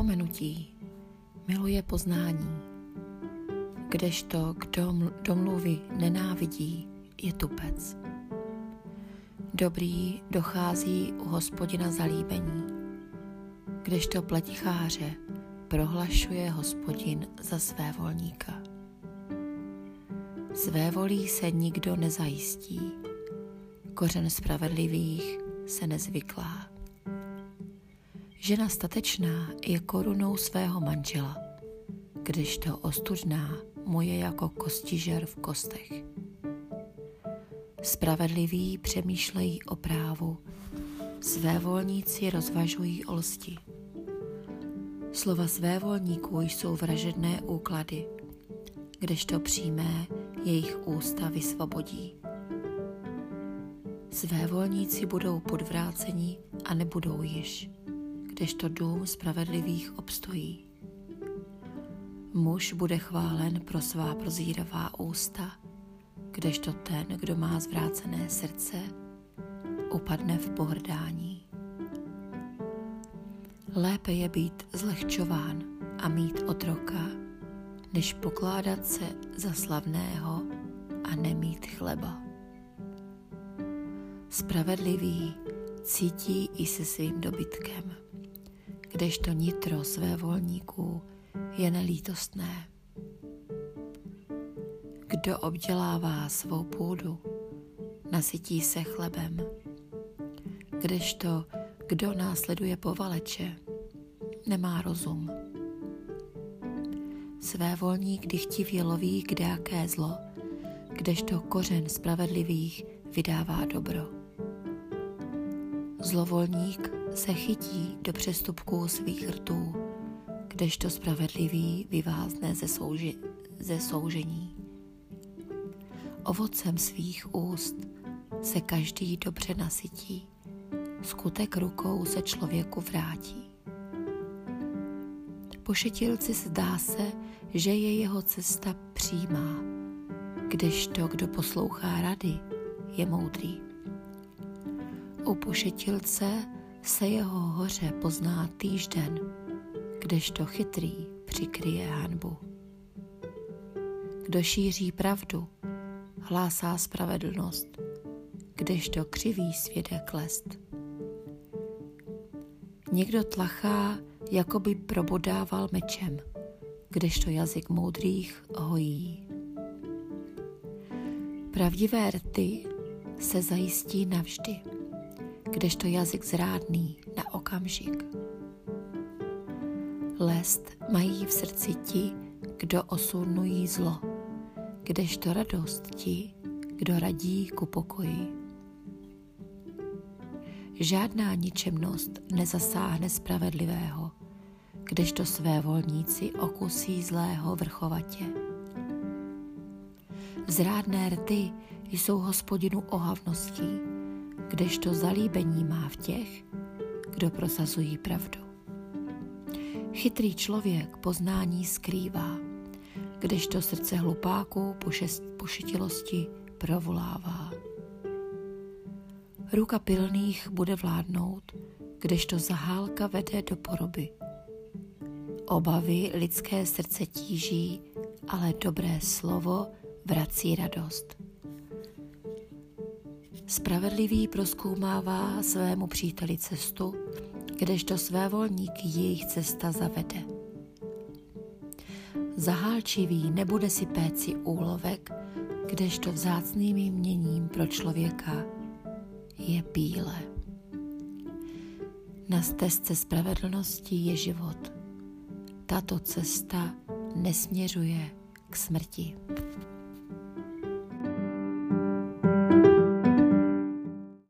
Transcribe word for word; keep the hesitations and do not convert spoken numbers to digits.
zapomenutí miluje poznání, kdežto kdo domluvy nenávidí, je tupec. Dobrý dochází u Hospodina zalíbení, kdežto pleticháře prohlašuje Hospodin za svévolníka. Svévolí se nikdo nezajistí, kořen spravedlivých se nezvyklá. Žena statečná je korunou svého manžela, kdežto ostudná mu je jako kostižer v kostech. Spravedliví přemýšlejí o právu, svévolníci rozvažují o lsti. Slova svévolníků jsou vražedné úklady, kdežto přímé jejich ústa vysvobodí. Svévolníci budou podvráceni a nebudou již, kdežto dům spravedlivých obstojí. Muž bude chválen pro svá prozíravá ústa, kdežto ten, kdo má zvrácené srdce, upadne v pohrdání. Lépe je být zlehčován a mít otroka, než pokládat se za slavného a nemít chleba. Spravedlivý cítí i se svým dobytkem, kdežto nitro svévolníků je nelítostné. Kdo obdělává svou půdu, nasytí se chlebem, kdežto kdo následuje povaleče, nemá rozum. Svévolník dychtivě loví kdejaké zlo, kdežto kořen spravedlivých vydává dobro. Zlovolník se chytí do přestupků svých rtů, kdežto spravedlivý vyvázne ze, souži, ze soužení. Ovocem svých úst se každý dobře nasytí, skutek rukou se člověku vrátí. Pošetilci zdá se, že je jeho cesta přímá, kdežto kdo poslouchá rady, je moudrý. U pošetilce se jeho hoře pozná týžden, kdežto chytrý přikryje hanbu. Kdo šíří pravdu, hlásá spravedlnost, kdežto křivý svědek lest. Někdo tlachá, jako by probodával mečem, kdežto jazyk moudrých hojí. Pravdivé rty se zajistí navždy, kdežto jazyk zrádný na okamžik. Lest mají v srdci ti, kdo osunují zlo, kdežto radost ti, kdo radí ku pokoji. Žádná ničemnost nezasáhne spravedlivého, kdežto svévolníci okusí zlého vrchovatě. Zrádné rty jsou Hospodinu ohavností, kdežto zalíbení má v těch, kdo prosazují pravdu. Chytrý člověk poznání skrývá, kdežto srdce hlupáků pošetilosti provolává. Ruka pilných bude vládnout, kdežto zahálka vede do poroby. Obavy lidské srdce tíží, ale dobré slovo vrací radost. Spravedlivý prozkoumává svému příteli cestu, kdežto svévolník jejich cesta zavede. Zahálčivý nebude si péci úlovek, kdežto vzácným jměním pro člověka je píle. Na stezce spravedlnosti je život. Tato cesta nesměřuje k smrti.